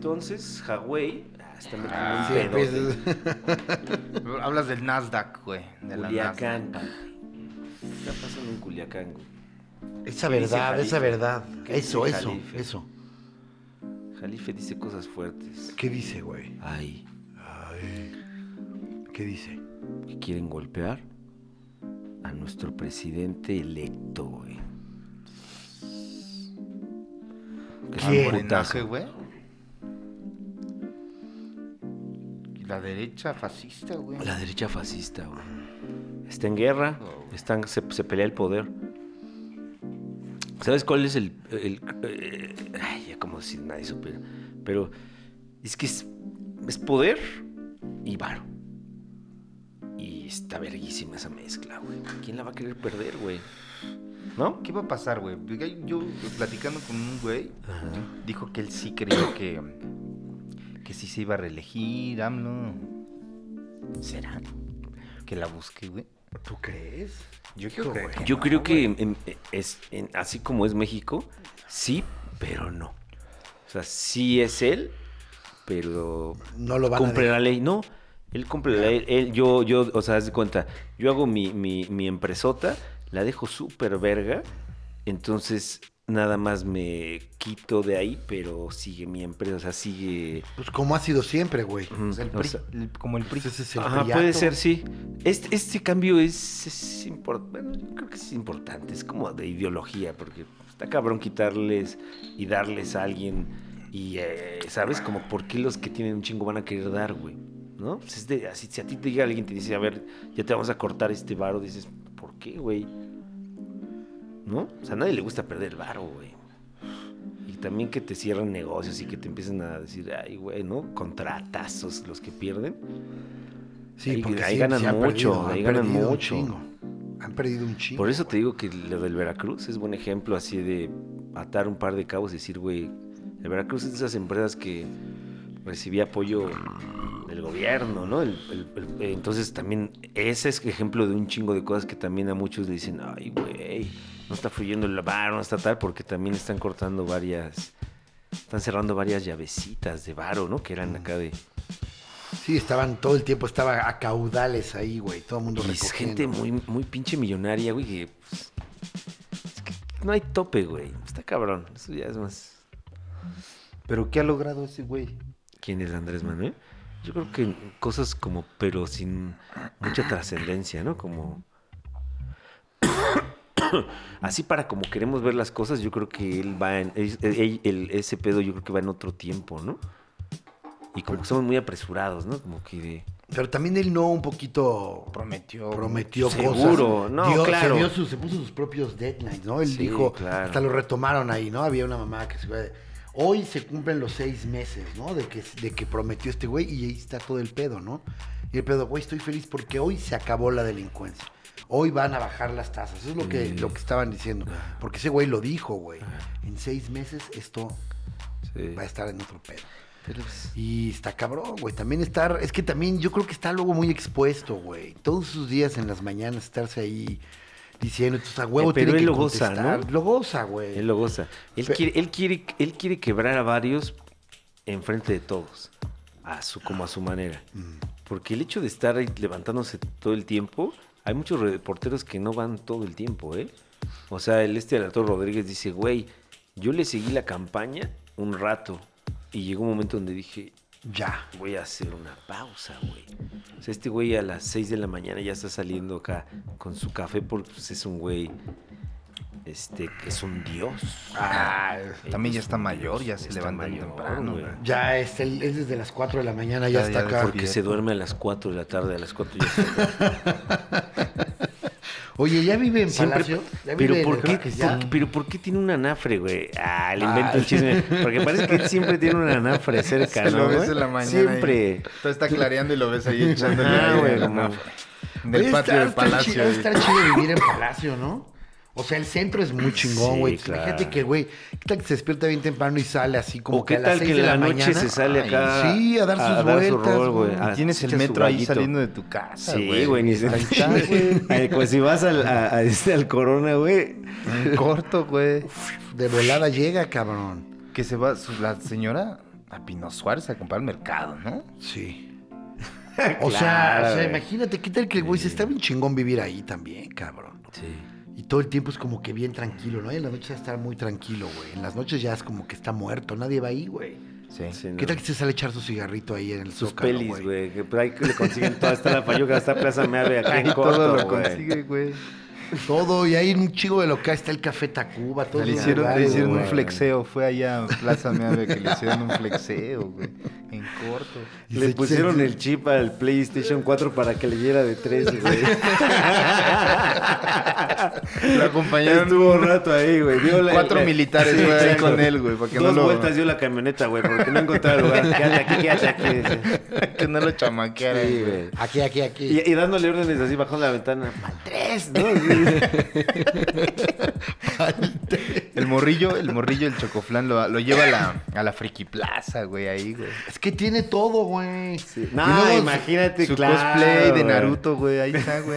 entonces, Hawái, está Ah, metiendo un sí, pedote. Hablas del Nasdaq, güey. De la Culiacán, Nasdaq. ¿qué está pasando en Culiacán, güey? Esa ¿Qué dice verdad, Jalife? esa verdad. ¿Qué dice Eso. Jalife? Jalife dice cosas fuertes. ¿Qué dice, güey? Ay, ¿Qué dice? que quieren golpear a nuestro presidente electo, güey. Que es un ¿Quién? Morenaje, putazo. güey. Y la derecha fascista, güey. La derecha fascista, güey. Está en guerra, se pelea el poder. ¿Sabes cuál es ay, ya como si nadie supiera. Pero es que es poder y varo. Y está verguísima esa mezcla, güey. ¿Quién la va a querer perder, güey? ¿No? ¿Qué va a pasar, güey? Yo, platicando con un güey, Ajá. dijo que él sí creía que sí se iba a reelegir, AMLO. ¿Será? Que la busque, güey. ¿Tú crees? Yo creo que Yo creo que así como es México, sí, pero no. O sea, sí es él, pero No lo van a cumple dejar. la ley. No, él cumple la ley. Yo, o sea, haz de cuenta, yo hago mi empresota, la dejo súper verga, entonces nada más me quito de ahí, pero sigue mi empresa, o sea, sigue... Pues como ha sido siempre, güey. Ujú, O sea, el o PRI, sea, como el PRI. Pues ese es el ajá, priato. puede ser, sí. Este cambio es importante. Bueno, yo creo que es importante. Es como de ideología, porque está cabrón quitarles y darles a alguien. Y, ¿sabes? Como por qué los que tienen un chingo van a querer dar, güey. ¿No? Pues es de, así, si a ti te llega alguien y te dice, a ver, ya te vamos a cortar este varo, dices, ¿por qué, güey? ¿No? O sea, a nadie le gusta perder el varo, güey. Y también que te cierran negocios y que te empiezan a decir, ay, güey, ¿no? Contratazos los que pierden. Sí, Ahí- porque ahí sí, ganan sí han mucho, perdido, ahí han ganan perdido un mucho. chingo. Han perdido un chingo. Por eso te güey. digo que lo del Veracruz es buen ejemplo así de atar un par de cabos y decir, güey, el Veracruz es de esas empresas que recibía apoyo del gobierno, ¿no? Entonces también ese es ejemplo de un chingo de cosas que también a muchos le dicen, ay, güey, no está fluyendo el varo, no está tal, porque también están cortando están cerrando varias llavecitas de varo, ¿no? Que eran acá de... Sí, todo el tiempo estaba a caudales ahí, güey. Todo el mundo Y es recogiendo. gente muy, muy pinche millonaria, güey, que pues, es que no hay tope, güey. Está cabrón. Eso ya es más. ¿Pero qué ha logrado ese güey? ¿Quién es Andrés Manuel? Yo creo que cosas como, pero sin mucha trascendencia, ¿no? Como así para como queremos ver las cosas, yo creo que él va ese pedo yo creo que va en otro tiempo, ¿no? Y como que somos muy apresurados, ¿no? Como que de... Pero también él no un poquito Prometió cosas. Seguro, no, claro. Se puso sus propios deadlines, ¿no? Él Sí, dijo, claro. hasta lo retomaron ahí, ¿no? Había una mamá que se fue. Hoy se cumplen los 6 meses, ¿no? De que prometió este güey y ahí está todo el pedo, ¿no? Y el pedo, güey, estoy feliz porque hoy se acabó la delincuencia. Hoy van a bajar las tasas. Eso es lo que estaban diciendo. Porque ese güey lo dijo, güey. En 6 meses esto Sí. va a estar en otro pedo. Pero, pues, Y está cabrón, güey. También es que también yo creo que está luego muy expuesto, güey. Todos sus días en las mañanas estarse ahí diciendo, entonces a huevo pero tiene él que lo goza, contestar. ¿no? Lo goza, güey. él lo goza. Él quiere quebrar a varios enfrente de todos, como a su manera. Porque el hecho de estar ahí levantándose todo el tiempo, hay muchos reporteros que no van todo el tiempo, ¿eh? O sea, Arturo Rodríguez dice, güey, yo le seguí la campaña un rato y llegó un momento donde dije, Ya. voy a hacer una pausa, güey. O sea, este güey a las 6 de la mañana ya está saliendo acá con su café porque pues, es un güey, que es un dios. También ya está mayor, ya se Está levanta mayor, temprano, güey. güey. Ya es desde las 4 de la mañana, ya Ya, está ya acá. Porque se duerme a las 4 de la tarde, a las 4 ya está. Oye, ¿ya vive en Siempre- Palacio? ¿Ya pero, vive en ¿por el qué, Parque ya? pero ¿por qué tiene un anafre, güey? Le invento un chisme. Porque parece que él siempre tiene un anafre cerca, Se ¿no, lo ves güey? en la mañana. Siempre. Todo está clareando y lo ves ahí echándole Ajá, aire güey, a la como- nafre. Del Oye, patio del está palacio. chido, está chido vivir en Palacio, ¿no? O sea, el centro es muy chingón, Sí, güey. claro. Fíjate que, güey, ¿qué tal que se despierta bien temprano y sale así como ¿O que qué a las tal 6 que de en la la noche mañana? se sale Ay, acá sí, a dar sus su vueltas, rol, güey. Ah, Tienes se el echa su metro ahí gallito. saliendo de tu casa, güey. Sí, güey, ni se Ahí está, güey. Pues si vas al Corona, güey. En corto, güey. De volada llega, cabrón. Que se va, la señora a Pino Suárez a comprar al mercado, ¿no? Sí. Claro, O sea, güey. imagínate, ¿qué tal que el güey se está bien chingón vivir ahí también, cabrón? Sí. Y todo el tiempo es como que bien tranquilo, ¿no? Y en las noches va a estar muy tranquilo, güey. En las noches ya es como que está muerto, nadie va ahí, güey. Sí. Sí, ¿Qué tal que se sale a echar su cigarrito ahí en el Sus Zócalo, pelis, güey. Que por ahí que le consiguen toda esta la Fayuca, esta Plaza Meave aquí en Ahí corto, todo lo güey. consigue, güey. Todo, y ahí en un chingo de local está el Café Tacuba, todo. Le esos hicieron lugares, un güey. flexeo. Fue allá a Plaza Meave que le hicieron un flexeo, güey. En corto. Y Le se- pusieron se- el chip al PlayStation 4 para que leyera de 3, güey. Lo acompañaron Estuvo un rato ahí, güey. Dio la- 4 la- militares, Sí, güey, ahí exacto. con él, güey. Para que 2 no lo... vueltas dio la camioneta, güey, porque no encontraba lugar. Quédate aquí. Dice. que no lo chamaqueara, Sí, güey. güey. Aquí. Y dándole órdenes así bajando la ventana. ¡Mal 3! ¿No? El morrillo, el chocoflán lo lleva a la Friki Plaza, güey, ahí, güey. Es que tiene todo, güey. No, Y luego imagínate, Su claro, cosplay de güey. Naruto, güey, ahí está, güey.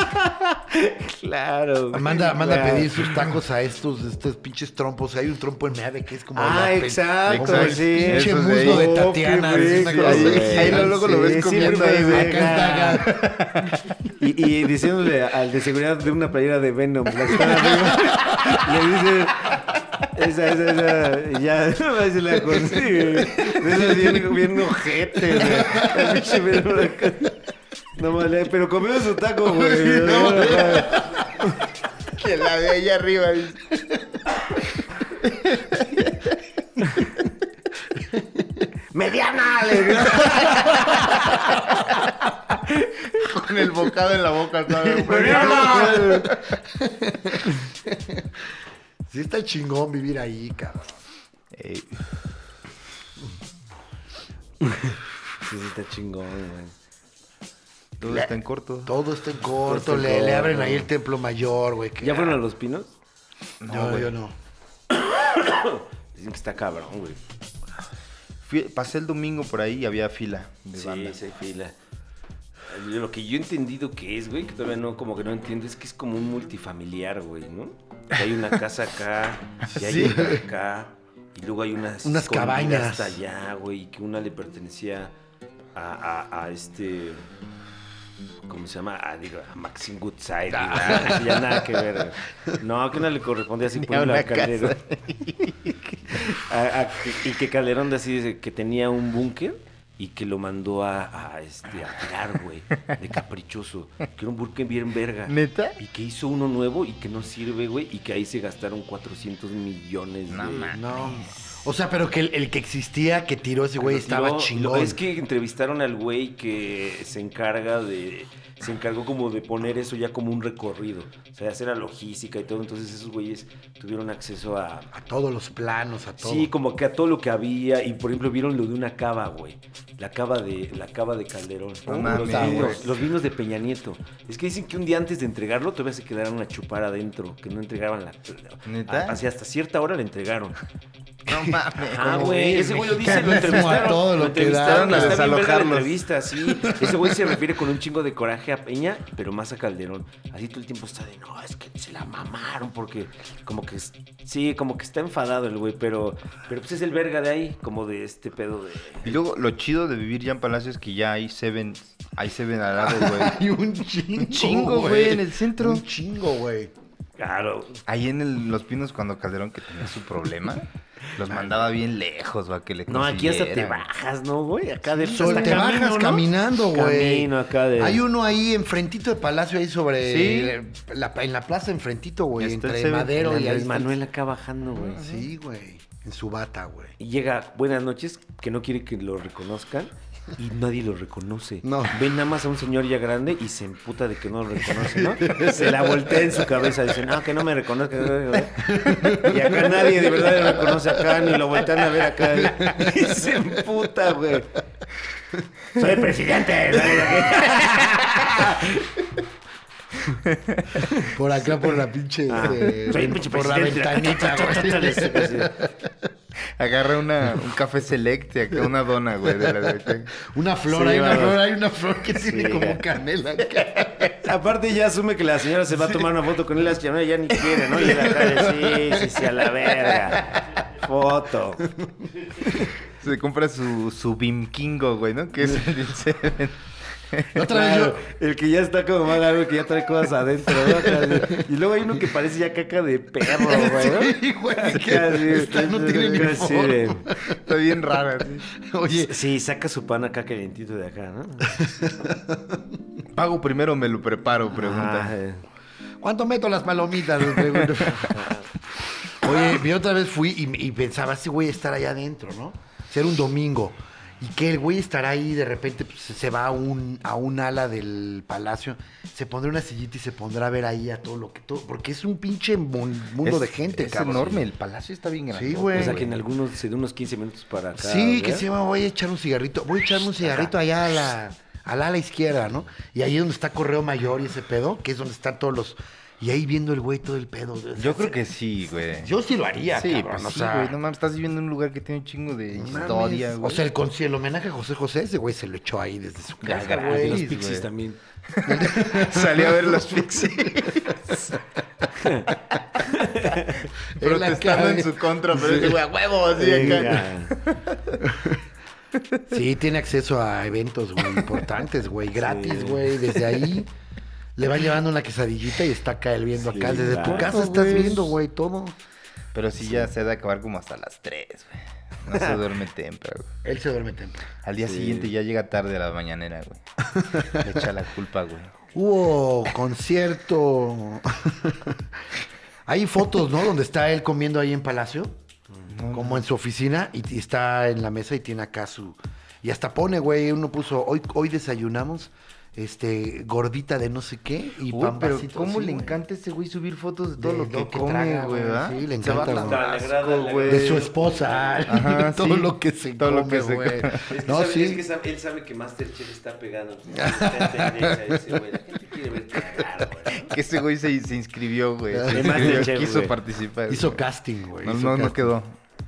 Claro. güey, Manda a claro. pedir sus tacos a estos pinches trompos. Hay un trompo en Meave que es como... Ah, la exacto, como el sí. pinche Esos de muslo ahí. de Tatiana. Oh, qué es una rico, cosa ahí- así. ahí luego lo ves comiendo ahí, güey. Acá está. Y diciéndole al de seguridad de una playera de Venom, la que está arriba, le dice... Esa, y ya, no va a decir la consigue. Eso es bien ojete, güey. El pinche Venom acá. No vale, pero comió su taco, güey. Que la ve allá arriba. Dice. ¡Mediana! Le digo. Con el bocado en la boca, ¿sabes? ¡Mediana! Sí está chingón vivir ahí, cabrón. Ey, Sí, está chingón, güey. todo está en corto. Todo está en corto. Todo está en Le corto. abren ahí el templo mayor, güey. que- ¿Ya fueron a Los Pinos? No, güey. yo no. Dicen que está cabrón, güey. Pasé el domingo por ahí y había fila de Sí, banda. sí hay fila. Lo que yo he entendido que es, güey, que todavía no, como que no entiendo, es que es como un multifamiliar, güey, ¿no? Que hay una casa acá, y hay Sí. otra acá, y luego hay unas Unas escondidas cabañas. hasta allá, güey, y que una le pertenecía a este... ¿Cómo se llama? A Maxine Goodside. Ya nada que ver. Güey. No, que una le correspondía así Ni por a una una Calderón. Y que Calderón de así dice que tenía un búnker y que lo mandó a tirar, güey, de caprichoso. Que era un búnker bien verga. ¿Neta? Y que hizo uno nuevo y que no sirve, güey, y que ahí se gastaron 400 millones No, de... man. No. O sea, pero que el que existía, que tiró ese güey, Lo estaba tiró, chingón. Es que entrevistaron al güey que se encargó como de poner eso ya como un recorrido, o sea, hacer la logística y todo, entonces esos güeyes tuvieron acceso a... A todos los planos, a todo. Sí, como que a todo lo que había, y por ejemplo vieron lo de una cava, güey, la cava de Calderón, No mames, los vinos de Peña Nieto. Es que dicen que un día antes de entregarlo todavía se quedaron a chupar adentro, que no entregaban la... ¿Neta? Así hasta cierta hora la entregaron. No mames. Ah, Como güey, ese güey lo dice, lo mexicanos, entrevistaron. a todo lo que da, a está bien verga la desalojarlos. entrevista, sí. Ese güey se refiere con un chingo de coraje a Peña, pero más a Calderón. Así todo el tiempo está de, no, es que se la mamaron, porque como que, sí, como que está enfadado el güey, pero pues es el verga de ahí, como de este pedo de... Y luego lo chido de vivir ya en Palacio es que ya hay Seven al lado, güey. Hay un chingo, güey, en el centro. Un chingo, güey. Claro. Ahí en Los Pinos, cuando Calderón que tenía su problema, los mandaba bien lejos, va, que le No, aquí hasta te consiguieran. bajas, ¿no, güey? Acá de... Solo hasta te camino, bajas ¿no? caminando, güey. Camino acá de... Hay uno ahí enfrentito de Palacio, ahí sobre... Sí. En la plaza enfrentito, güey. Está el Entre Seven. Madero y ahí. Andrés está el- Manuel acá bajando, güey. Sí, güey. En su bata, güey. Y llega, buenas noches, que no quiere que lo reconozcan y nadie lo reconoce. No. Ven nada más a un señor ya grande y se emputa de que no lo reconoce, ¿no? Se la voltea en su cabeza, dice, no, que no me reconozca. Y acá nadie de verdad lo reconoce acá, ni lo voltean a ver acá. Y se emputa, güey. Soy el presidente. Por acá, por la pinche... Soy el pinche por la presidente. ventanita, güey. Agarra un café select y acá una dona, güey, de la de... Una flor, Sí, vamos. hay una flor que tiene como güey. canela acá. Aparte ya asume que la señora se va a tomar una foto con él, la señora ya ni quiere, ¿no? Y él acá de, sí, a la verga. Foto. Se compra su Bimkingo, güey, ¿no? Que es el Seven. Otra vez yo... El que ya está como más largo, que ya trae cosas adentro, ¿no? Y luego hay uno que parece ya caca de perro, güey, ¿no? Sí, güey, que Casi, esta no tiene ni casi, forma. Está bien rara, sí. Oye, Sí, saca su pan acá calientito de acá, ¿no? ¿Pago primero o me lo preparo? Pregunta. Ajá, ¿cuánto meto las palomitas? Les pregunto. Oye, yo otra vez fui y pensaba, ese güey estar allá adentro, ¿no? Ser un domingo. Y que el güey estará ahí, de repente pues, se va a un ala del palacio, se pondrá una sillita y se pondrá a ver ahí a todo lo que... porque es un pinche mundo de gente, es cabrón. enorme, el palacio está bien grande. Sí, güey. O sea, que en algunos, de unos 15 minutos para acá. Sí, que ¿verdad? se llama, voy a echar un cigarrito. Voy a echarme un cigarrito allá al ala izquierda, ¿no? Y ahí donde está Correo Mayor y ese pedo, que es donde están todos los... Y ahí viendo el güey todo el pedo. Yo creo que sí, güey. Yo sí lo haría, Sí, cabrón. pues o sí, sea, güey. No mames, estás viviendo en un lugar que tiene un chingo de historia, mames. güey. O sea, el homenaje a José José, ese güey se lo echó ahí desde su Ya, casa, gracias. güey. Los güey. Pixies también. Salió a ver los Pixies. Protestando en su contra, pero ese güey a huevo, así acá. Sí, tiene acceso a eventos, güey, importantes, güey, gratis, güey. Desde ahí le van llevando una quesadillita y está acá él viendo Sí, acá. Desde tu claro, casa estás güey. viendo, güey, todo. Pero sí, ya se ha de acabar como hasta las 3, güey. No se duerme temprano, güey. Él se duerme temprano. Al día Sí. siguiente ya llega tarde a la mañanera, güey. Le echa la culpa, güey. Hubo concierto. Hay fotos, ¿no? Donde está él comiendo ahí en Palacio. Como en su oficina y está en la mesa y tiene acá su... Y hasta pone, güey, uno puso, hoy desayunamos, gordita de no sé qué y Uy, pero pambacito. cómo Sí, le güey. encanta a ese güey subir fotos de todo De lo que lo que come, traga, güey, güey. ¿verdad? Sí, le Se va encanta, a güey. Tabasco, güey. De su esposa, Ajá, todo sí. lo que se Todo lo come, que se güey. come. Es que, No, sabe, sí. es que él sabe que Masterchef está pegando. Está en tendencia ese güey. La gente quiere ver cagar, güey. Que ese güey se inscribió, güey. Se De inscribió, Masterchef, quiso güey. participar. Hizo güey. casting, güey. No, hizo no casting. quedó.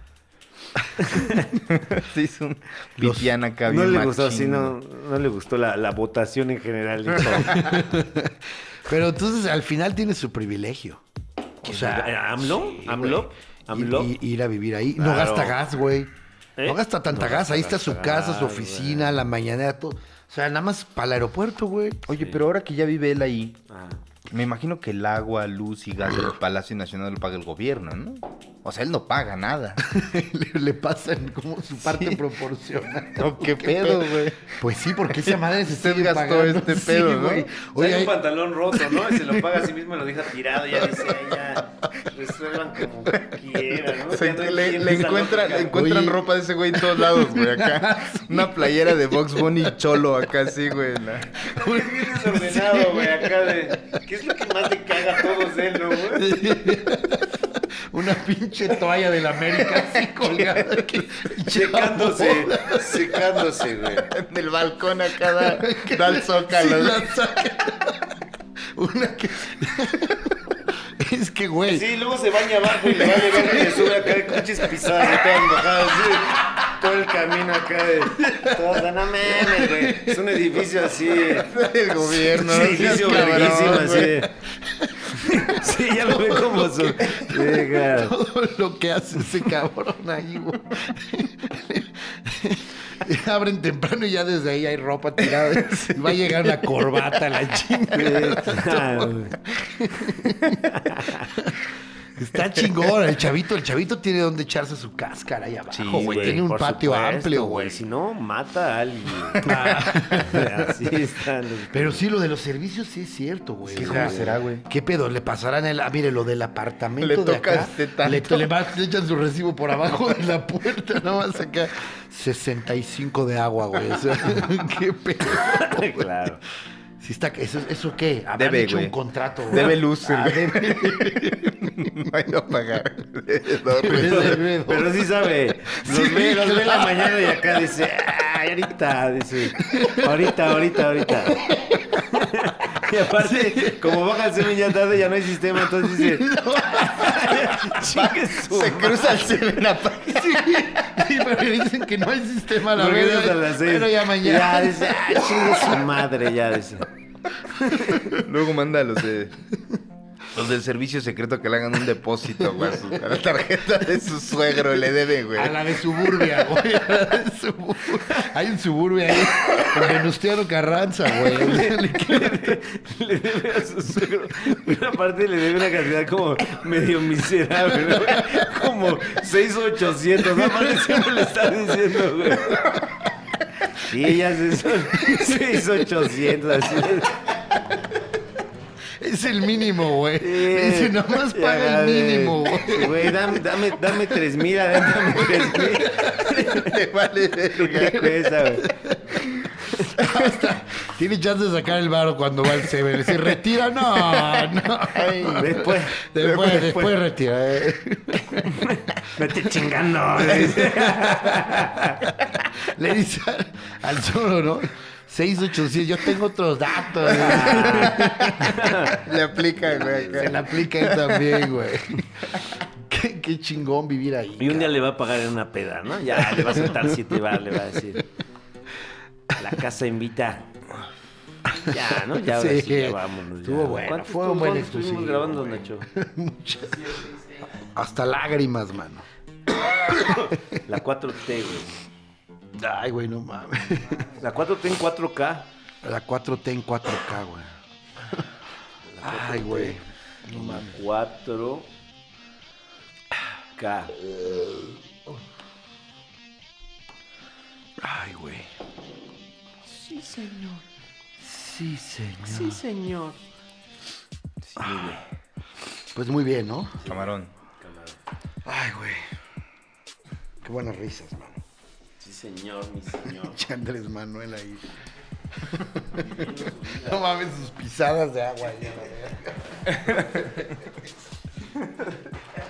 Se hizo un Los- Vitiana acá No bien le gustó, machín, sí, no, güey. no le gustó la votación en general. Pero entonces al final tiene su privilegio. O sea, ¿AMLO? sí, ¿AMLO? güey. ¿AMLO? Ir a vivir ahí. No Claro. gasta gas, güey. ¿Eh? No gasta tanta No gas. gasta Ahí está su casa, gas, su oficina, güey. la mañanera, todo. O sea, nada más para el aeropuerto, güey. Oye, pero ahora que ya vive él ahí, Ah. me imagino que el agua, luz y gas del Palacio Nacional lo paga el gobierno, ¿no? O sea, él no paga nada. le pasan como su parte Sí. proporcional. No, ¿qué pedo, güey? Pues sí, porque esa madre se Usted sigue gastó pagando. este Sí, pedo, ¿no? güey. Oye, Oye, hay un pantalón roto, ¿no? Y se lo paga a sí mismo y lo deja tirado. Ya dice, ya resuelvan como quieran, ¿no? Se- Ya no le entiendo esa encuentran lógica. Oye. ropa de ese güey en todos lados, güey. Acá, una playera de Box Bunny cholo acá, sí, güey. Muy bien desordenado, güey, acá de... ¿Qué es lo que más le caga a todos él, no, güey? una pinche toalla de la América así colgada. Secándose, güey. En el balcón acá da el Sí, zócalo. la saca. Una que... Es que, güey. Sí, luego se baña abajo y le vale verga y le sube acá de coches pisadas y todas mojadas, así, todo el camino acá de... Todas, no mames, güey. Es un edificio así... El gobierno. Es un no edificio seas cabrón, verguísimo, güey. así de... Sí, ya lo ve como su... Venga. Todo lo que hace ese cabrón ahí, güey. Abren temprano y ya desde ahí hay ropa tirada. Y va a llegar una corbata a la chingada. Está chingón. El chavito tiene donde echarse su cáscara ahí abajo, Sí, güey. güey, Tiene un por patio supuesto, amplio, güey. Si no, mata a alguien. Así están los... Pero sí, lo de los servicios sí es cierto, güey. ¿Qué O sea, cómo será, güey? ¿Qué pedo? ¿Le pasarán el... mire, lo del apartamento Le de toca acá? tanto. Le echan su recibo por abajo de la puerta, nada más acá. 65 de agua, güey. O sea, qué pedo. Claro. Si está, ¿eso qué? Habrán Debe, hecho güey. un contrato, güey. Debe luz, Ah, güey. debe. No hay a pagar. Pero sí sabe. Los ve en la mañana y acá dice, ay, ahorita, dice, ahorita. Y aparte, como baja el semen ya tarde, ya no hay sistema, entonces dice, chingue su Se madre. cruza el semen Sí, pero dicen que no hay sistema a la Porque vez. es a las 6. Pero ya mañana. Ya dice, ay, chingue su madre, ya dice. Luego manda los de... Los del servicio secreto que le hagan un depósito, güey, a la tarjeta de su suegro le debe, güey. A la de Suburbia, güey. A la de Suburbia. Hay un Suburbia ahí. Con Venustiano Carranza, güey. Le debe a su suegro. Una parte le debe una cantidad como medio miserable, ¿no? Como 6,800. Nada más siempre le está diciendo, güey. Sí, ya se son 6,800. Así Es el mínimo, güey. Sí. Dice, nomás paga el mínimo, güey. Güey, dame 3,000, dame 3,000. Le vale verga. ¿Qué cuesta, güey? Tiene chance de sacar el varo cuando va al Seven. ¿Se retira? No. Ay, después retira. Me estoy chingando. Le dice al solo, ¿no? 6,800. Yo tengo otros datos. Le aplica, güey. Se le aplica él también, güey. Qué chingón vivir ahí. Y un día le va a pagar en una peda, ¿no? Ya le va a soltar 7 bar, le va a decir. La casa invita. Ya, ¿no? Ya, ahora sí, ya vámonos. Estuvo bueno. ¿Cuánto Fue un buen estuvimos exclusivo, grabando, güey. Nacho? Hasta lágrimas, mano. La 4T, güey. Ay, güey, no mames. La 4T en 4K. La 4T en 4K, güey. Ay, güey. La 4K. Ay, güey. Sí, señor. Sí, señor. Sí, señor. Sí, muy bien. Pues muy bien, ¿no? Camarón. Ay, güey. Qué buenas risas, mano. Sí, señor, mi señor. Che, Andrés Manuel ahí. No mames, sus pisadas de agua ahí a la verga.